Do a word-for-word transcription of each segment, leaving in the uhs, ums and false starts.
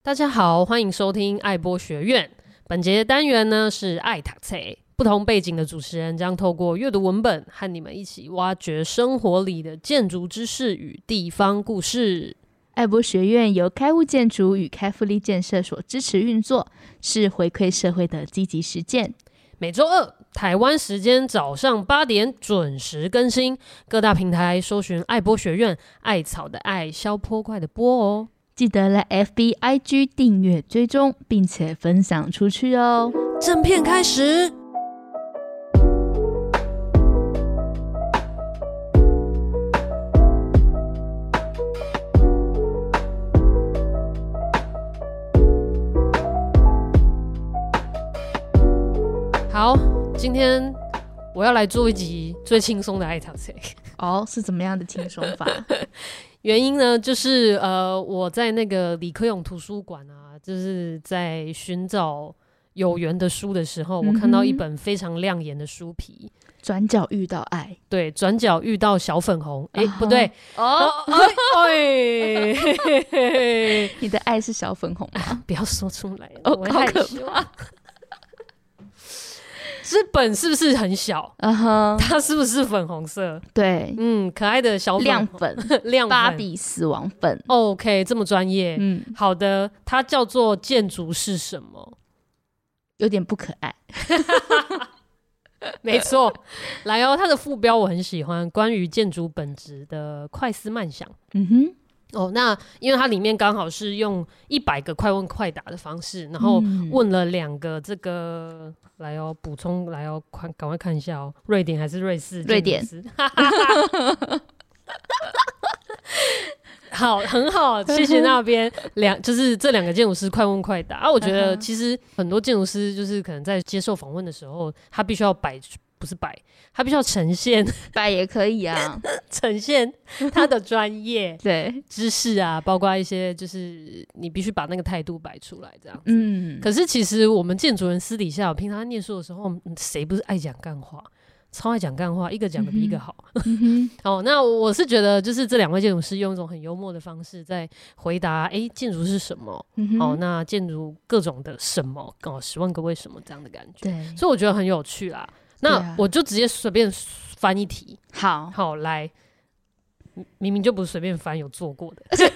大家好，欢迎收听爱播学院。本节单元呢是爱读册，不同背景的主持人将透过阅读文本，和你们一起挖掘生活里的建筑知识与地方故事。 爱播学院由开物建筑与开复力建设所支持运作，是回馈社会的积极实践。 每周二台湾时间早上八点准时更新，各大平台搜寻爱播学院，艾草的艾，消波块的波哦。 记得来 F B、I G 订阅追踪，并且分享出去哦。 正片开始。好，今天我要来做一集最轻松的爱读册。 哦，是怎么样的轻松法？ 原因呢，就是呃，我在那个李科永图书馆啊，就是在寻找有缘的书的时候，嗯、我看到一本非常亮眼的书皮， 转角遇到爱。 对，转角遇到小粉红。哎、uh-huh. ，不对，哦，哎， 哎你的爱是小粉红吗？ 不要说出来， 哦， 我害羞。好可怕。这本是不是很小？嗯哼，它是不是粉红色？ 对， 嗯，可爱的小粉亮粉， 亮粉， 芭比死亡粉。 OK， 这么专业。嗯，好的，它叫做建筑是什么？ 有点不可爱。 没错，来哦，它的副标我很喜欢，关于建筑本质的快思慢想。嗯哼。哦，那因为它里面刚好是用一百个快问快答的方式，然后问了两个这个、嗯、来哦，补充来哦，快赶快看一下哦，瑞典还是瑞士？ 瑞典。 好，很好，谢谢那边两，就是这两个建筑师快问快答啊。我觉得其实很多建筑师就是可能在接受访问的时候，他必须要摆。不是摆，他必须要呈现， 摆也可以啊， 呈现他的专业对知识啊，包括一些就是你必须把那个态度摆出来这样子。嗯，可是其实我们建筑人私底下，我平常念书的时候，谁不是爱讲干话？超爱讲干话，一个讲的比一个好。嗯、哦，那我是觉得，就是这两位建筑师用一种很幽默的方式在回答，哎、欸，建筑是什么？嗯、哦，那建筑各种的什么？哦，十万个为什么这样的感觉。 对， 所以我觉得很有趣啦。那我就直接随便翻一题， 好好来，明明就不是随便翻，有做过的， 有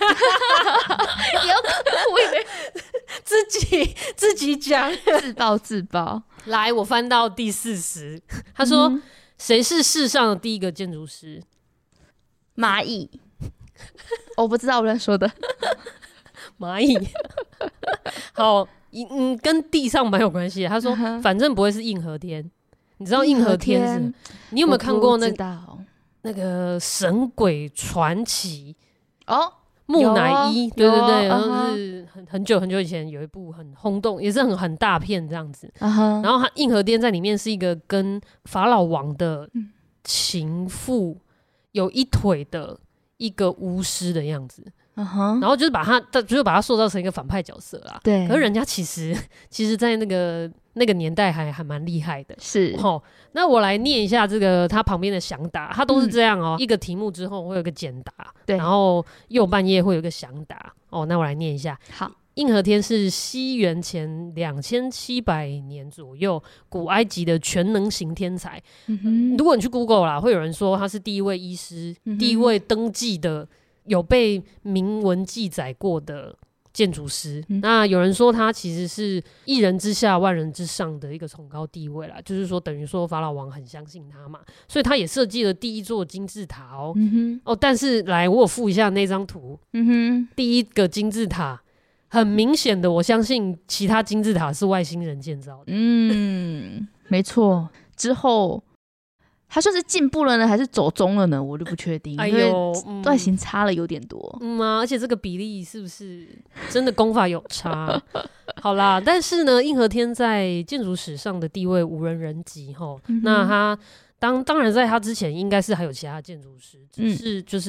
我以为自己自己讲， 自爆自爆。 来，我翻到第四十，他说谁、嗯、是世上的第一个建筑师？ 蚂蚁，我不知道我在说的蚂蚁。好，嗯，跟地上蛮有关系的。他说， uh-huh. 反正不会是硬和天。你知道硬和天是？你有没有看过那那个《神鬼传奇》哦？木乃伊，对对对，然后是很很久很久以前有一部很轰动，也是很很大片这样子。Uh-huh. 然后他硬和天在里面是一个跟法老王的情妇有一腿的一个巫师的样子。Uh-huh. 然后就是把他，就是把他塑造成一个反派角色啦。 对， 可是人家其实，其实，在那个那个年代还还蛮厉害的。 是， 齁，那我来念一下这个他旁边的详答，他都是这样哦、喔嗯。一个题目之后会有一个简答， 对， 然后右半页会有一个详答。哦，那我来念一下。 好， 硬和天是西元前两千七百年左右古埃及的全能型天才。嗯哼，如果你去 Google 啦，会有人说他是第一位医师，嗯、第一位登记的。有被明文记载过的建筑师、嗯，那有人说他其实是一人之下万人之上的一个崇高地位啦，就是说等于说法老王很相信他嘛，所以他也设计了第一座金字塔哦、嗯、哦，但是来我有附一下那张图、嗯哼，第一个金字塔很明显的，我相信其他金字塔是外星人建造的， 嗯，没错，之后。他算是进步了呢，还是走中了呢？我就不确定，哎呦，外形差了有点多。 嗯啊，而且这个比例是不是真的功法有差？好啦，但是呢，硬和天在建筑史上的地位无人能及齁、嗯。那他当当然在他之前，应该是还有其他建筑师，只是就是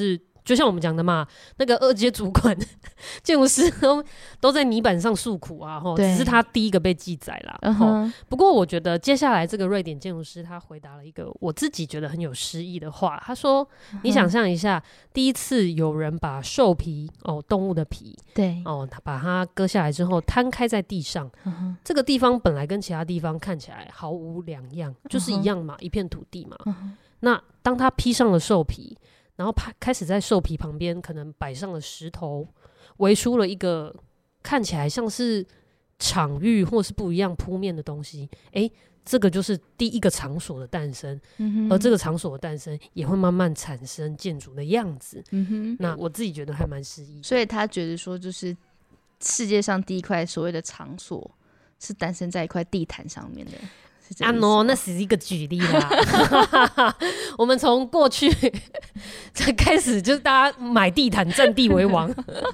就像我们讲的嘛，那个二阶主管建筑师 都, 都在泥板上诉苦啊，只是他第一个被记载啦、uh-huh. 不过我觉得接下来这个瑞典建筑师他回答了一个我自己觉得很有诗意的话，他说、uh-huh. 你想象一下，第一次有人把兽皮、哦、动物的皮对、 哦、把它割下来之后摊开在地上、uh-huh. 这个地方本来跟其他地方看起来毫无两样，就是一样嘛、uh-huh. 一片土地嘛、uh-huh. 那当他披上了兽皮，然后开始在兽皮旁边可能摆上了石头，围出了一个看起来像是场域或是不一样铺面的东西，诶，这个就是第一个场所的诞生、嗯、而这个场所的诞生也会慢慢产生建筑的样子、嗯、哼，那我自己觉得还蛮诗意。 所以他觉得说就是世界上第一块所谓的场所是诞生在一块地毯上面的。 啊 no， 那是一个举例啦我们从过去才开始就是大家买地毯占地为王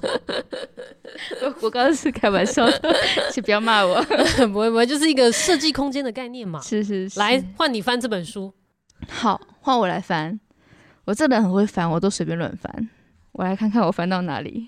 我刚刚是开玩笑的请不要骂我不会不会，就是一个设计空间的概念嘛。 是是是， 来换你翻这本书。 好，换我来翻，我这人很会翻，我都随便乱翻。我来看看我翻到哪里。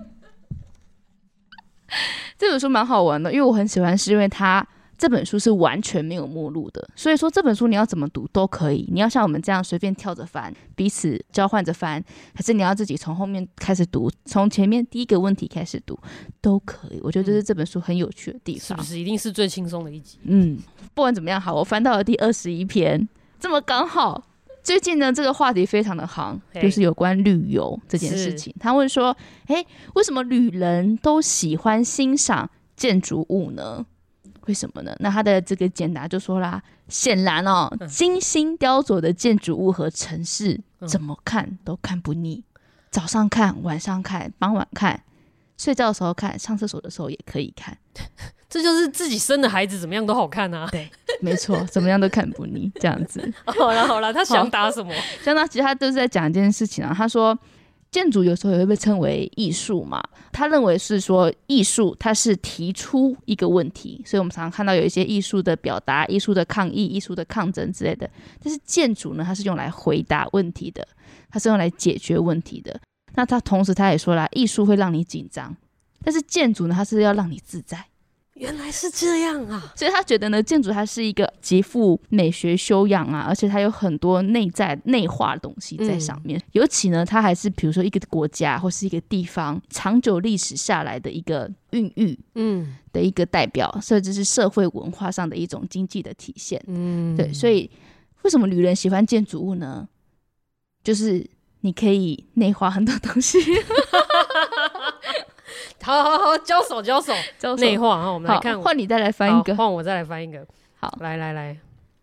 这本书蛮好玩的，因为我很喜欢，是因为它这本书是完全没有目录的，所以说这本书你要怎么读都可以，你要像我们这样随便跳着翻，彼此交换着翻，还是你要自己从后面开始读，从前面第一个问题开始读都可以。我觉得这是这本书很有趣的地方、嗯、是不是一定是最轻松的一集？ 嗯，不管怎么样，好，我翻到了第二十一篇，这么刚好最近呢这个话题非常的行，就是有关旅游这件事情。他问说，哎，为什么旅人都喜欢欣赏建筑物呢？为什么呢？那他的这个简答就说啦，显然哦，嗯、精心雕琢的建筑物和城市，怎么看都看不腻。嗯、早上看，晚上看，傍晚看，睡觉的时候看，上厕所的时候也可以看。 这就是自己生的孩子怎么样都好看啊。 对，没错，怎么样都看不腻，这样子。 好了好了，他想打什么？ 想打，其实他都是在讲一件事情啊。他说，建筑有时候也会被称为艺术嘛，他认为是说艺术它是提出一个问题，所以我们常常看到有一些艺术的表达、艺术的抗议、艺术的抗争之类的。但是建筑呢，它是用来回答问题的，它是用来解决问题的。那他同时他也说啦，艺术会让你紧张，但是建筑呢，它是要让你自在。 原来是这样啊！ 所以他觉得呢，建筑它是一个极富美学修养啊，而且它有很多内在内化的东西在上面。嗯、尤其呢，它还是比如说一个国家或是一个地方长久历史下来的一个孕育，嗯，的一个代表，甚至是社会文化上的一种经济的体现。嗯，对，所以为什么旅人喜欢建筑物呢？就是你可以内化很多东西。 好好好，交手交手，内化哈，我们来看， 换你再来翻一个， 换我再来翻一个。 好， 来来来，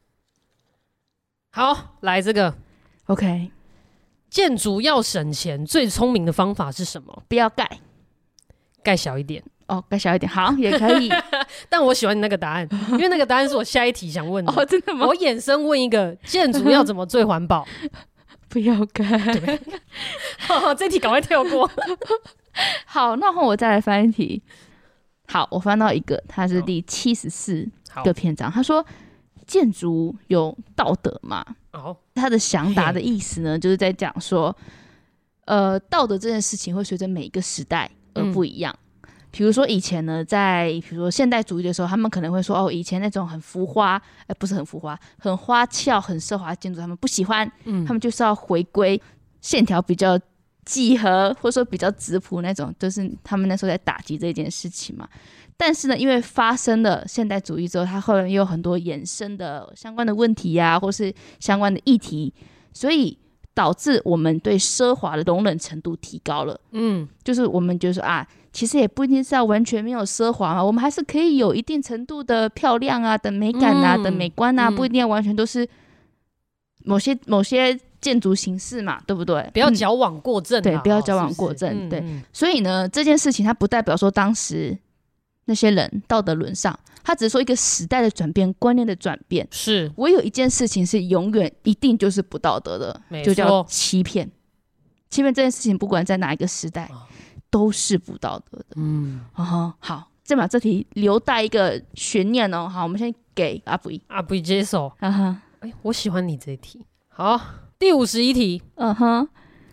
好，来这个 ，OK。 建筑要省钱，最聪明的方法是什么？ 不要盖， 盖小一点。 哦，盖小一点，好，也可以。 但我喜欢你那个答案，因为那个答案是我下一题想问的。 哦，真的吗？ 我衍生问一个，建筑要怎么最环保？ 不要盖。 好，这题赶快跳过。 好，那换我再来翻一题。好，我翻到一个，它是第七十四个篇章。他说，建筑有道德嘛？哦，他的详答的意思呢，就是在讲说，呃，道德这件事情会随着每一个时代而不一样。嗯、比如说以前呢，在比如说现代主义的时候，他们可能会说，哦，以前那种很浮夸，呃，不是很浮夸，很花俏、很奢华的建筑，他们不喜欢，嗯、他们就是要回归线条比较几何，或者说比较质朴那种，就是他们那时候在打击这件事情嘛。但是呢，因为发生了现代主义之后，它后来又有很多衍生的相关的问题啊，或是相关的议题，所以导致我们对奢华的容忍程度提高了。嗯，就是我们觉得说啊，其实也不一定是要完全没有奢华嘛，我们还是可以有一定程度的漂亮啊、的美感啊、嗯、的美观啊，不一定要完全都是某些某些建筑形式嘛，对不对？ 不要矫枉过正、啊嗯， 对，不要矫枉过正，是是对、嗯。所以呢，这件事情它不代表说当时那些人道德沦丧，它只是说一个时代的转变、观念的转变。 是， 唯有一件事情是永远一定就是不道德的，就叫欺骗。欺骗这件事情，不管在哪一个时代，哦、都是不道德的。嗯，哦、好，再把这题留待一个悬念哦。好，我们先给阿布阿布接手。 啊哈， 哎，我喜欢你这一题。好。第五十一题， 嗯哼，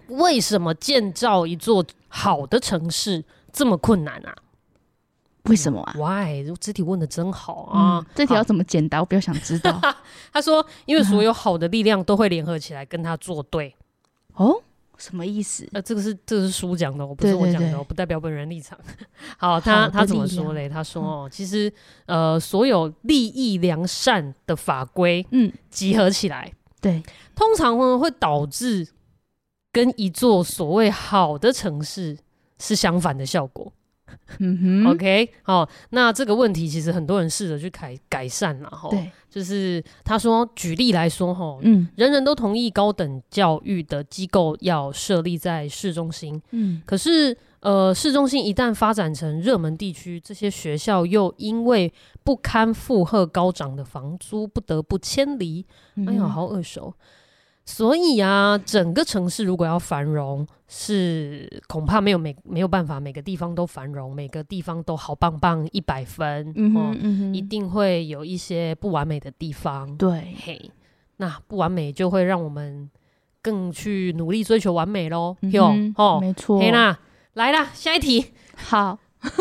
为什么建造一座好的城市这么困难啊？ 为什么啊 ？Why？ 这题问的真好啊！ 嗯、这题要怎么解答？我比较想知道。 他说，因为所有好的力量都会联合起来跟他作对。 哦，什么意思？ 呃，这个是这个是书讲的，我不是我讲的，对对对，不代表本人立场。好，他他怎么说嘞？他说哦，其实呃，所有利益良善的法规，嗯，集合起来， 对， 通常呢会导致跟一座所谓好的城市是相反的效果。嗯哼 ，OK， 好，那这个问题其实很多人试着去改改善了哈。对，就是他说，举例来说哈，嗯，人人都同意高等教育的机构要设立在市中心，嗯，可是呃，市中心一旦发展成热门地区，这些学校又因为不堪负荷高涨的房租，不得不迁离。嗯、哎呀，好耳熟。所以啊，整个城市如果要繁荣，是恐怕没有每没有办法每个地方都繁荣，每个地方都好棒棒一百分，嗯哼哦嗯哼，一定会有一些不完美的地方。对，嘿，那不完美就会让我们更去努力追求完美咯。嗯哼哦， 没错。 嘿啦，来啦，下一题。 好，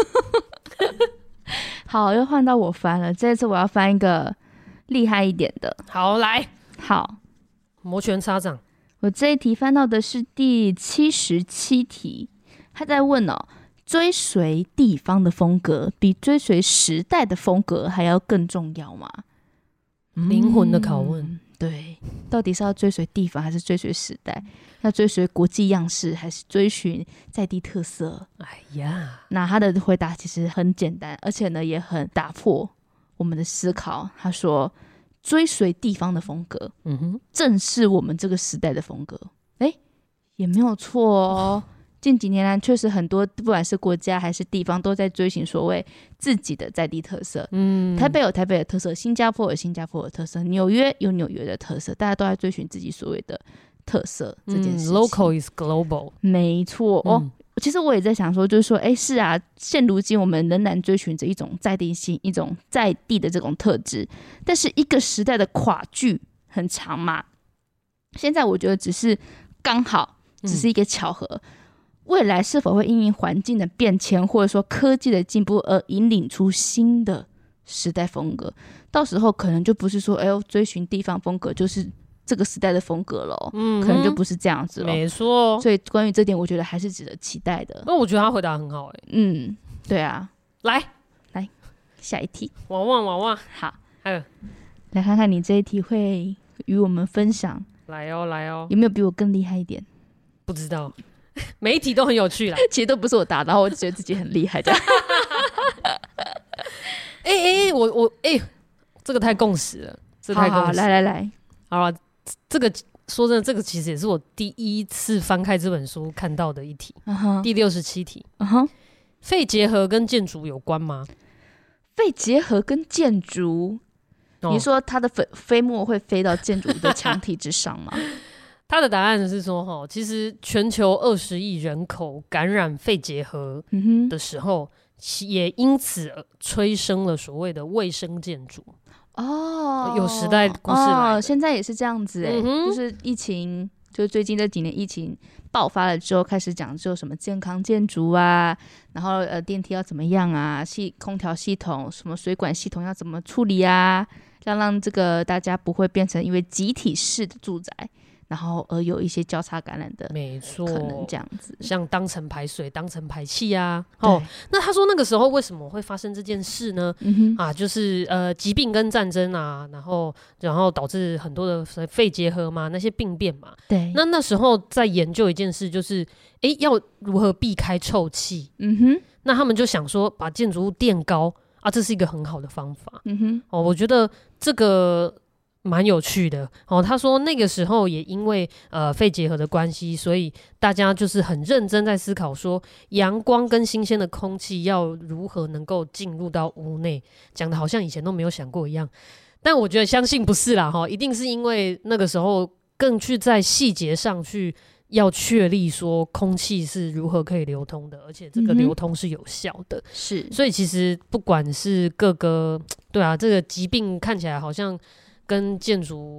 好，又换到我翻了。这次我要翻一个厉害一点的。 好，来， 好。 摩拳擦掌， 我这一题翻到的是第七十七题，他在问哦，追随地方的风格比追随时代的风格还要更重要吗？ 灵魂的拷问、 嗯，对，到底是要追随地方还是追随时代？要追随国际样式还是追寻在地特色？ 哎呀， 那他的回答其实很简单，而且呢也很打破我们的思考。他说，追随地方的风格，嗯哼，正是我们这个时代的风格。哎，也没有错哦。近几年来，确实很多不管是国家还是地方，都在追寻所谓自己的在地特色。嗯，台北有台北的特色，新加坡有新加坡的特色，纽约有纽约的特色，大家都在追寻自己所谓的特色这件事情。 嗯、Local is global， 没错、嗯、哦。其实我也在想说，就是说，哎，是啊，现如今我们仍然追寻着一种在地性，一种在地的这种特质，但是一个时代的跨距很长嘛。现在我觉得只是刚好，只是一个巧合。嗯、未来是否会因应环境的变迁，或者说科技的进步而引领出新的时代风格？到时候可能就不是说，哎呦，追寻地方风格就是这个时代的风格了，嗯，可能就不是这样子了， 没错。所以关于这点，我觉得还是值得期待的。 那我觉得他回答很好、欸，哎， 嗯，对啊， 来来下一题， 往往往往， 好， 还有， 来看看你这一题会与我们分享， 来哦来哦， 有没有比我更厉害一点？ 不知道，每一题都很有趣啦， 其实都不是我答，然后我就觉得自己很厉害，这样。 哎哎、欸，我我哎、欸，这个太共识了，这个太共识了， 好好来来来， 好了。这个说真的，这个其实也是我第一次翻开这本书看到的一题， uh-huh. 第六十七题。Uh-huh. 肺结核跟建筑有关吗？ 肺结核跟建筑，哦、你说它的飞飞沫会飞到建筑的墙体之上吗？ 他的答案是说，其实全球二十亿人口感染肺结核的时候，嗯、也因此催生了所谓的卫生建筑。哦，有时代故事来的、 哦、现在也是这样子哎、欸嗯，就是疫情，就最近这几年疫情爆发了之后，开始讲究什么健康建筑啊，然后呃电梯要怎么样啊，系空调系统、什么水管系统要怎么处理啊，要让这个大家不会变成因为集体式的住宅，然后而有一些交叉感染的， 没错， 可能这样子， 像当层排水、当层排气啊。哦，那他说那个时候为什么会发生这件事呢？嗯、啊，就是呃疾病跟战争啊，然后然后导致很多的肺结核嘛，那些病变嘛。对，那那时候在研究一件事，就是哎要如何避开臭气。嗯哼，那他们就想说把建筑物垫高啊，这是一个很好的方法。嗯哼，哦，我觉得这个。蛮有趣的哦，他说那个时候也因为呃肺结核的关系，所以大家就是很认真在思考说，阳光跟新鲜的空气要如何能够进入到屋内，讲的好像以前都没有想过一样。但我觉得相信不是啦哈，一定是因为那个时候更去在细节上去要确立说空气是如何可以流通的，而且这个流通是有效的。是、嗯，所以其实不管是各个对啊，这个疾病看起来好像。跟建筑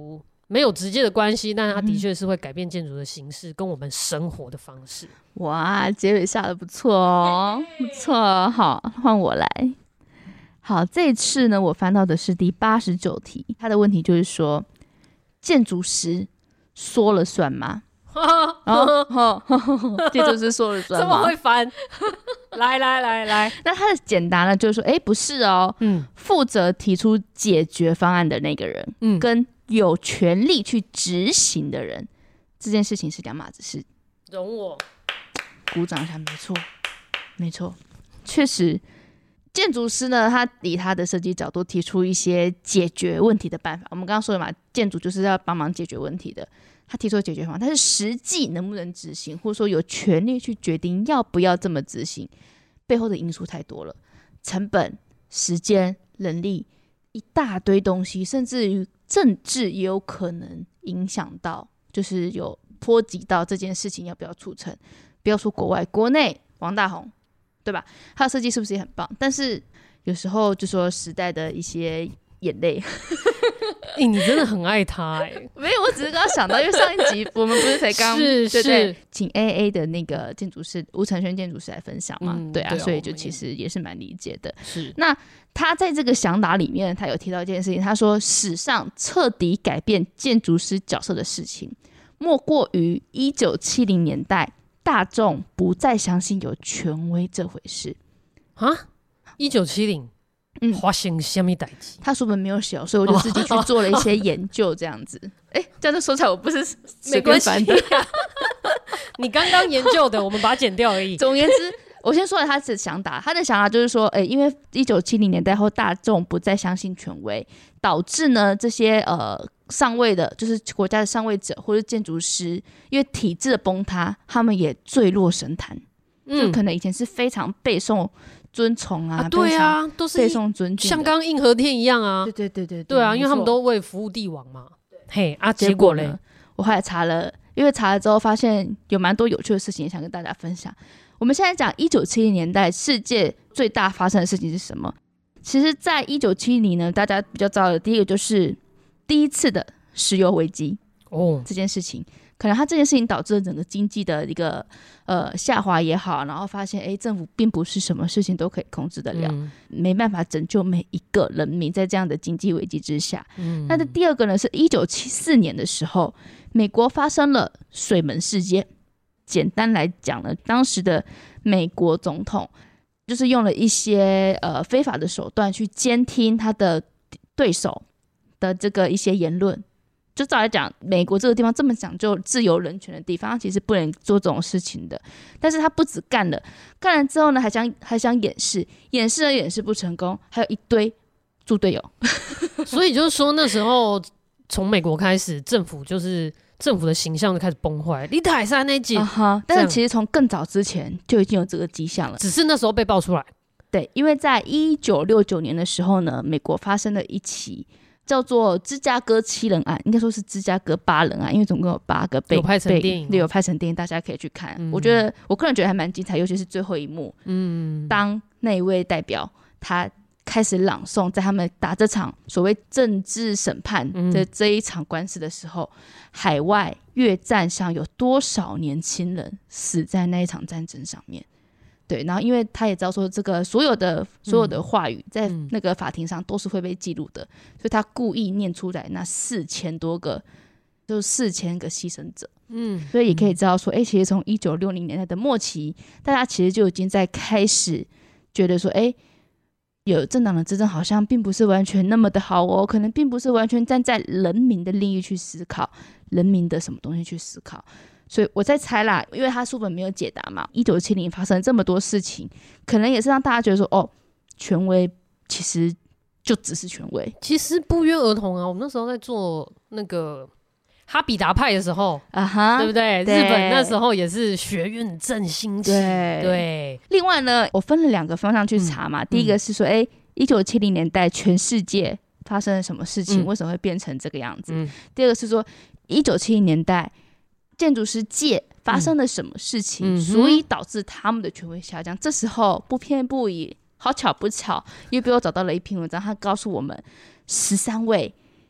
没有直接的关系，但它的确是会改变建筑的形式跟我们生活的方式。 哇，结尾下的不错哦，不错。好，换我来。好，这一次呢，我翻到的是第八十九题，它的问题就是说，建筑师说了算吗？哦、建筑师说了算吗？ 这么会翻？来来来来， 那他的简答呢，就是说，哎，不是哦，嗯，负责提出解决方案的那个人，嗯，跟有权利去执行的人，这件事情是两码子事。 容我鼓掌一下，没错，没错，确实。建筑师呢，他以他的设计角度提出一些解决问题的办法。我们刚刚说的嘛，建筑就是要帮忙解决问题的。他提出的解决方案，但是实际能不能执行，或者说有权利去决定要不要这么执行，背后的因素太多了，成本、时间、人力，一大堆东西，甚至于政治也有可能影响到，就是有波及到这件事情要不要促成。不要说国外，国内王大闳。对吧？他的设计是不是也很棒？但是有时候就说时代的一些眼泪。 欸、你真的很爱他哎、欸！ 没有，我只是刚刚想到，因为上一集我们不是才刚是是对对请 A A 的那个建筑师吴承轩建筑师来分享嘛、嗯？对啊，对啊，所以就其实也是蛮理解的。 是那他在这个详答里面，他有提到一件事情，他说史上彻底改变建筑师角色的事情，莫过于一九七零年代。大众不再相信有权威这回事啊！一九七零，发生什么代志？ 他书本没有写，所以我就自己去做了一些研究，这样子。哎、欸，这样子说起来，我不是随便翻的。 你刚刚研究的，我们把它剪掉而已。 总而言之，我先说了他的想法，他的想法就是说，哎、欸，因为一九七零年代后，大众不再相信权威，导致呢这些呃。上位的就是国家的上位者或者建筑师，因为体制的崩塌，他们也坠落神坛、嗯、就可能以前是非常备受尊崇 啊, 啊对啊，都是备受尊敬， 像刚刚硬和天一样啊， 对对对对对, 对啊，因为他们都为服务帝王嘛。嘿啊，结果呢？ 我后来查了，因为查了之后发现有蛮多有趣的事情，想跟大家分享。我们现在讲一九七零年代世界最大发生的事情是什么？其实，在一九七零呢，大家比较知道的第一个就是第一次的石油危机哦，这件事情，可能它这件事情导致了整个经济的一个呃下滑也好，然后发现哎，政府并不是什么事情都可以控制得了，嗯、没办法拯救每一个人民在这样的经济危机之下。嗯、那第二个呢，是一九七四年的时候，美国发生了水门事件。简单来讲呢，当时的美国总统就是用了一些呃非法的手段去监听他的对手的这个一些言论。就照来讲，美国这个地方这么讲究自由人权的地方，他其实不能做这种事情的。但是他不止干了，干了之后呢，还想还想掩饰，掩饰了掩饰不成功，还有一堆猪队友。 所以就是说，那时候从美国开始，政府就是政府的形象就开始崩坏。你台山那集， uh-huh, 但是其实从更早之前就已经有这个迹象了， 只是那时候被爆出来。 对，因为在一九六九年的时候呢，美国发生了一起叫做芝加哥七人案，应该说是芝加哥八人案，因为总共有八个被有拍成电影， 对，有拍成电影，大家可以去看。嗯、我觉得我个人觉得还蛮精彩，尤其是最后一幕，嗯，当那一位代表他开始朗诵，在他们打这场所谓政治审判的这一场官司的时候，嗯、海外越战上有多少年轻人死在那一场战争上面。对，然后因为他也知道说这个所有的所有的话语在那个法庭上都是会被记录的，嗯、所以他故意念出来那四千多个，就是四千个牺牲者。嗯，所以也可以知道说，哎、欸，其实从一九六零年代的末期，大家其实就已经在开始觉得说，哎、欸，有政党的执政好像并不是完全那么的好哦，可能并不是完全站在人民的利益去思考，人民的什么东西去思考。所以我在猜啦，因为他书本没有解答嘛，一九七零发生这么多事情，可能也是让大家觉得说，哦，权威其实就只是权威， 其实不约而同啊。我们那时候在做那个哈比达派的时候，啊哈，对不对？对，日本那时候也是学院正兴起，对。对， 另外呢，我分了两个方向去查嘛，嗯、第一个是说，哎，一九七零年代全世界发生了什么事情，嗯、为什么会变成这个样子？嗯、第二个是说，一九七零年代。建筑师界发生了什么事情，嗯、所以导致他们的权威下降。这时候不偏不倚，好巧不巧，因为被我找到了一篇文章，他告诉我们十三位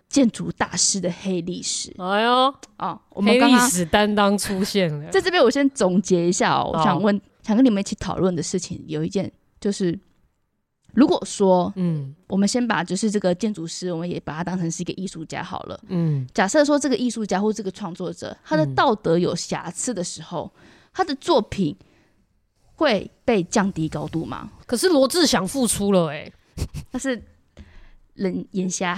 建筑大师的黑历史。 哎呦， 哦，我们刚刚黑历史担当出现了。 在这边我先总结一下哦，我想问，想跟你们一起讨论的事情有一件，就是如果说，嗯，我们先把就是这个建筑师，我们也把他当成是一个艺术家好了。嗯，假设说这个艺术家或这个创作者，他的道德有瑕疵的时候，嗯、他的作品会被降低高度吗？ 可是罗志祥付出了哎、欸， 他是人眼瞎。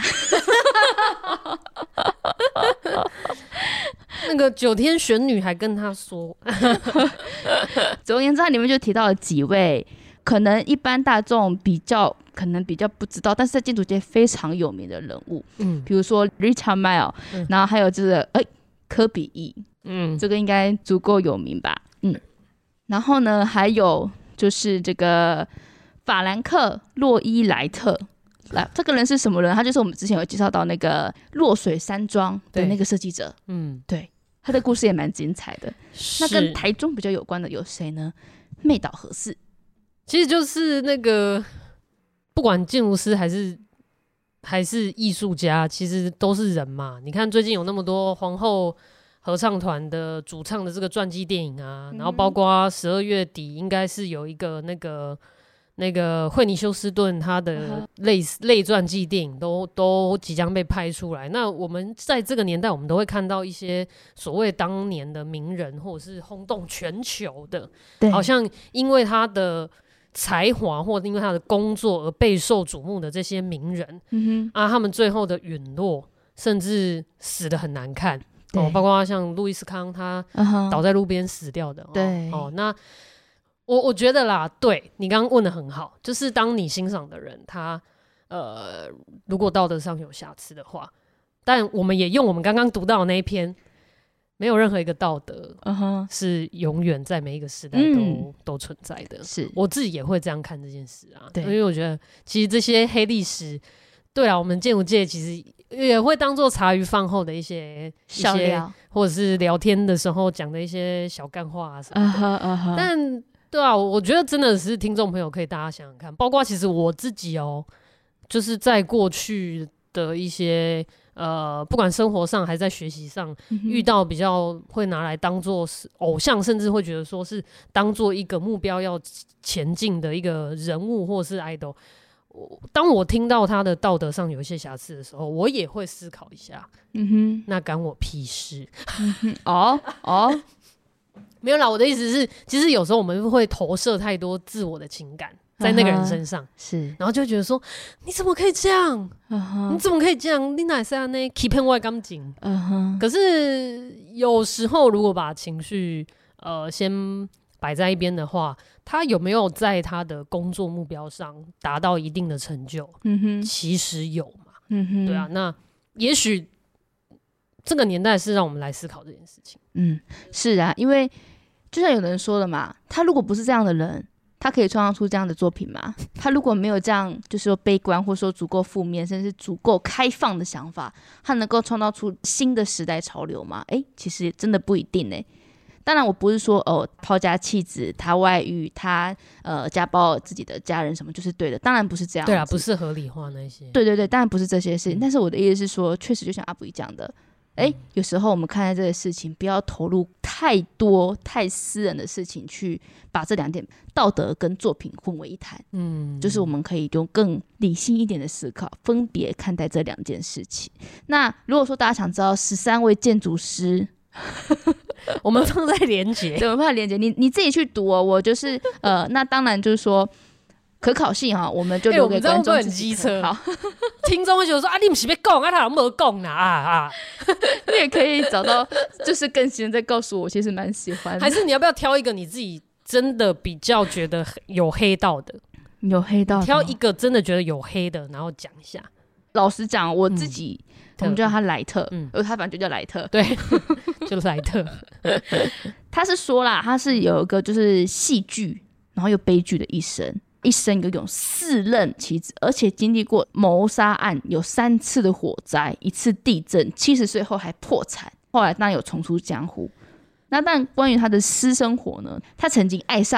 那个九天玄女还跟他说， 总而言之，它里面就提到了几位可能一般大众比较可能比较不知道，但是在建筑界非常有名的人物，嗯，比如说 Richard Mille，嗯、然后还有就是哎、欸、科比意，嗯，这个应该足够有名吧，嗯，然后呢还有就是这个法兰克洛伊莱特。来，这个人是什么人？他就是我们之前有介绍到那个落水山庄的那个设计者。嗯，对，他的故事也蛮精彩的。那跟台中比较有关的有谁呢？妹岛和世， 其实就是那个不管建筑师还是还是艺术家，其实都是人嘛。你看最近有那么多皇后合唱团的主唱的这个传记电影啊，嗯、然后包括十二月底应该是有一个那个。那个惠尼休斯顿他的类类传记电影都都即将被拍出来。那我们在这个年代，我们都会看到一些所谓当年的名人，或者是轰动全球的，好像因为他的才华或者因为他的工作而备受瞩目的这些名人，嗯、啊，他们最后的陨落，甚至死得很难看。哦，包括像路易斯康他倒在路边死掉的。 对， 哦，那。我我觉得啦，对你刚刚问的很好，就是当你欣赏的人，他呃，如果道德上有瑕疵的话，但我们也用我们刚刚读到的那一篇，没有任何一个道德是永远在每一个时代都、嗯、都存在的。 是我自己也会这样看这件事啊，对，因为我觉得其实这些黑历史，对啊，我们建筑界其实也会当做茶余饭后的一些笑料， 或者是聊天的时候讲的一些小干话啊什么的， uh-huh, uh-huh. 但。对啊，我觉得真的是听众朋友可以大家想想看，包括其实我自己哦，就是在过去的一些呃，不管生活上还是在学习上、嗯、遇到比较会拿来当做偶像，甚至会觉得说是当做一个目标要前进的一个人物或是 idol， 当我听到他的道德上有一些瑕疵的时候，我也会思考一下，嗯哼，那干我屁事？ 嗯哼，哦哦。 没有啦，我的意思是，其实有时候我们会投射太多自我的情感在那个人身上， uh-huh, 是，然后就会觉得说，你怎么可以这样？ Uh-huh. 你怎么可以这样？你哪是安呢 ？keep 我干净。可是有时候如果把情绪呃先摆在一边的话，他有没有在他的工作目标上达到一定的成就？嗯哼，其实有嘛。嗯哼，对啊，那也许这个年代是让我们来思考这件事情。 嗯，是啊，因为就像有人说了嘛，他如果不是这样的人，他可以创造出这样的作品吗？他如果没有这样就是说悲观或者说足够负面甚至足够开放的想法，他能够创造出新的时代潮流吗？哎，其实真的不一定哎。当然我不是说哦抛家弃子，他外遇，他呃家暴自己的家人什么就是对的，当然不是这样子。 对啊，不是合理化那些。 对对对，当然不是这些事情、嗯、但是我的意思是说，确实就像阿布一讲的，哎，有时候我们看待这个事情，不要投入太多太私人的事情，去把这两点道德跟作品混为一谈。嗯，就是我们可以用更理性一点的思考，分别看待这两件事情。那如果说大家想知道十三位建筑师， 我们放在连结， 对，我们放在连结，你你自己去读哦。我就是呃，那当然就是说。可考性哈，我们就留给观众自己可考。 听众会觉得说啊，你不是要讲啊，他有没有讲啦啊啊！ 你也可以找到，就是更新的再告诉我，其实蛮喜欢的。 还是你要不要挑一个你自己真的比较觉得有黑道的？ 有黑道的， 挑一个真的觉得有黑的，然后讲一下。 老实讲，我自己、嗯、我们叫他莱特，嗯，而他反正就叫莱特， 对，就莱特。 他是说啦，他是有一个就是戏剧，然后又悲剧的一生。一生拥有四任妻子，而且经历过谋杀案，有三次的火灾，一次地震，七十岁后还破产，后来当然有重出江湖。那但关于他的私生活呢，他曾经爱上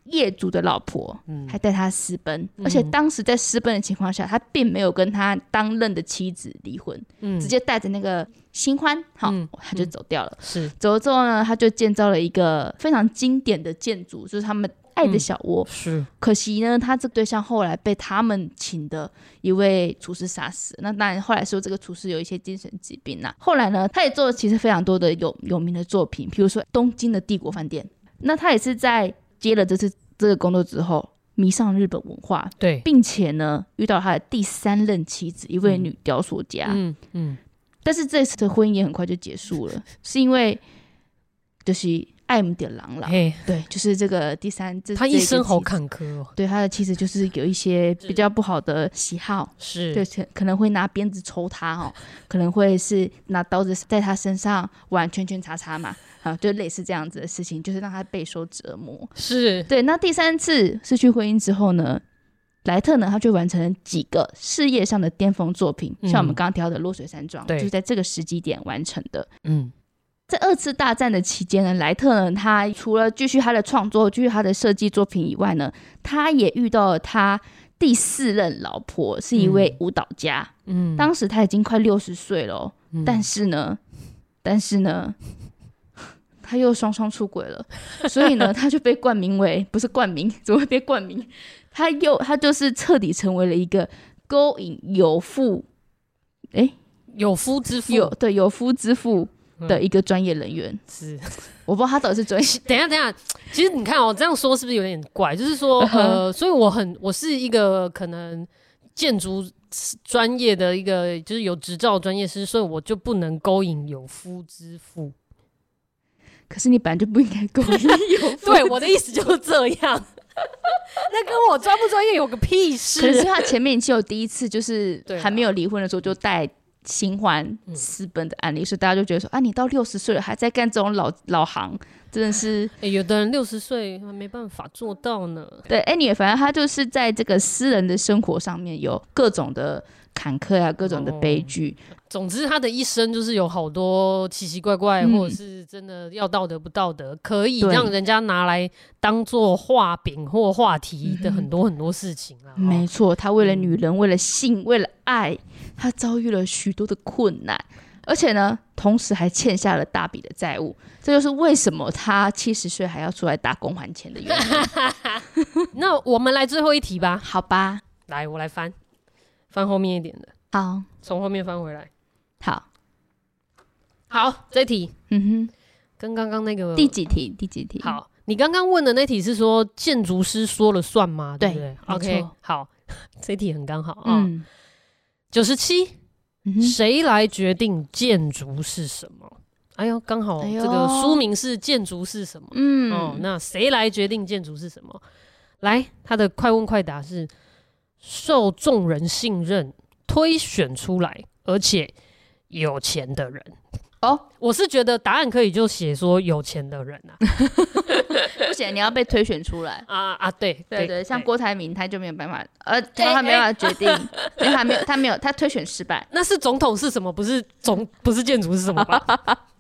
业主的老婆还带他私奔、嗯、而且当时在私奔的情况下，他并没有跟他当任的妻子离婚、嗯、直接带着那个新欢、嗯、他就走掉了、嗯、是走了之后呢，他就建造了一个非常经典的建筑，就是他们爱的小窝、嗯、是可惜呢，他这个对象后来被他们请的一位厨师杀死。那当然后来说这个厨师有一些精神疾病啊。后来呢，他也做了其实非常多的有有名的作品，比如说东京的帝国饭店。那他也是在接了这次这个工作之后迷上日本文化，对，并且呢遇到他的第三任妻子一位女雕塑家。嗯嗯，但是这次的婚姻也很快就结束了，是因为就是爱慕的狼了，对，就是这个第三，这他一生好坎坷哦。 对，他的妻子就是有一些比较不好的喜好，是，对，可能会拿鞭子抽他哦，可能会是拿刀子在他身上玩圈圈叉叉嘛，啊，就类似这样子的事情，就是让他备受折磨。是，对。那第三次失去婚姻之后呢，莱特呢，他就完成了几个事业上的巅峰作品，嗯、像我们刚刚提到的《落水山庄》，就是在这个时机点完成的。嗯。在二次大战的期间呢，莱特呢，他除了继续他的创作、继续他的设计作品以外呢，他也遇到了他第四任老婆，是一位舞蹈家。嗯，当时他已经快六十岁了、嗯，但是呢，但是呢，他又双双出轨了，所以呢，他就被冠名为不是冠名，怎么会被冠名？他又他就是彻底成为了一个勾引有妇，哎， 有夫之妇， 有对有夫之妇。的一个专业人员、嗯、是，我不知道他到底是专业。 等一下，等一下，其实你看哦，这样说是不是有点怪？就是说，呃，所以我很，我是一个可能建筑专业的一个，就是有执照专业师，所以我就不能勾引有夫之妇。 可是你本来就不应该勾引有夫。 对，我的意思就是这样。那跟我专不专业有个屁事？ 可是他前面已经有第一次，就是还没有离婚的时候就带新欢私奔的案例、嗯、所以大家就觉得说啊，你到六十岁了还在干这种老老行，真的是、 欸、有的人六十岁没办法做到呢。 对 anyway 反正他就是在这个私人的生活上面有各种的坎坷啊，各种的悲剧、哦、 总之他的一生就是有好多奇奇怪怪、嗯、或者是真的要道德不道德可以让人家拿来当做话柄或话题的很多很多事情啊、嗯、 没错，他为了女人、嗯、为了性为了爱，他遭遇了许多的困难，而且呢同时还欠下了大笔的债务，这就是为什么他七十岁还要出来打工还钱的原因。 那我们来最后一题吧。 好吧， 来我来翻翻后面一点的。 好， 从后面翻回来。 好好，这题嗯哼， 跟刚刚那个第几题第几题？ 好，你刚刚问的那题是说建筑师说了算吗？ 对, 对不对 ？OK， 好，这题很刚好啊。嗯，九十七，谁来决定建筑是什么？哎呦，刚好这个书名是建筑是什么？嗯，哦，那谁来决定建筑是什么？来，他的快问快答是受众人信任推选出来，而且有钱的人。哦，我是觉得答案可以就写说有钱的人啊。 不行，你要被推选出来啊啊！对对 对, 对，像郭台铭他就没有办法，呃，他没有办法决定，因为他没有他没有他推选失败。 那是总统是什么？不是总不是建筑是什么吧？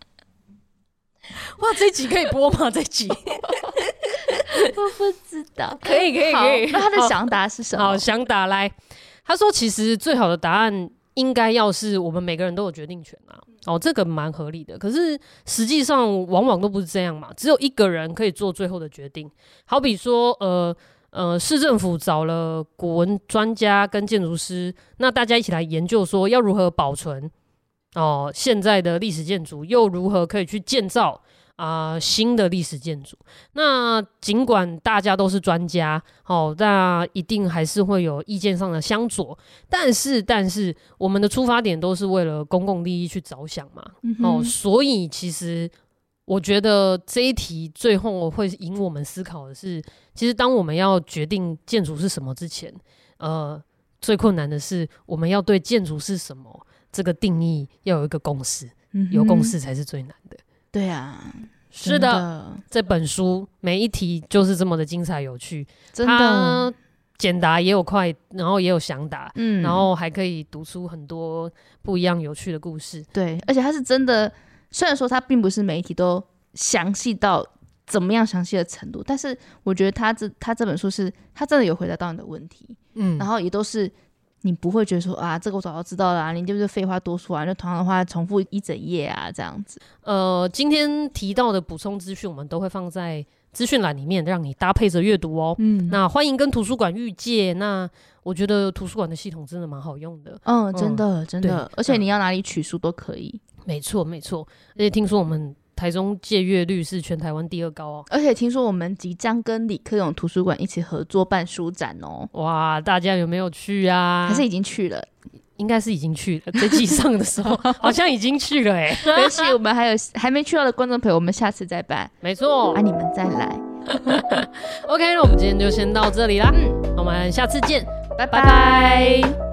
哇，这集可以播吗？这集我不知道， 可以可以可以。 那他的详答是什么？ 好，详答来。他说，其实最好的答案应该要是我们每个人都有决定权啊。哦，这个蛮合理的。可是实际上往往都不是这样嘛，只有一个人可以做最后的决定。好比说，呃呃，市政府找了古文专家跟建筑师，那大家一起来研究说要如何保存哦现在的历史建筑，又如何可以去建造啊、呃、新的历史建筑。那尽管大家都是专家，哦，那一定还是会有意见上的相左。但是，但是我们的出发点都是为了公共利益去着想嘛，嗯、哦，所以其实我觉得这一题最后会引我们思考的是，其实当我们要决定建筑是什么之前，呃，最困难的是我们要对建筑是什么这个定义要有一个共识，嗯、有共识才是最难的。 对啊， 是的，这本书每一题就是这么的精彩有趣， 真的，它简答也有快，然后也有详答，嗯，然后还可以读出很多不一样有趣的故事。 对，而且它是真的，虽然说它并不是每一题都详细到怎么样详细的程度，但是我觉得他这他这本书是他真的有回答到你的问题，嗯，然后也都是你不会觉得说啊这个我早就知道了、啊、你就是废话多说啊，就同样的话重复一整页啊这样子。 呃，今天提到的补充资讯我们都会放在资讯栏里面让你搭配着阅读哦。嗯，那欢迎跟图书馆预借，那我觉得图书馆的系统真的蛮好用的。 嗯，真的、嗯、真的，而且你要哪里取书都可以。 没错没错，而且听说我们台中借阅率是全台湾第二高哦， 而且听说我们即将跟李克勇图书馆一起合作办书展哦。 哇，大家有没有去啊？ 还是已经去了？ 应该是已经去了，这季上的时候好像已经去了哎、欸。 但是我们还有还没去到的观众朋友，我们下次再办。 没错， 啊，你们再来。 OK， 那我们今天就先到这里啦。嗯，我们下次见， 拜拜。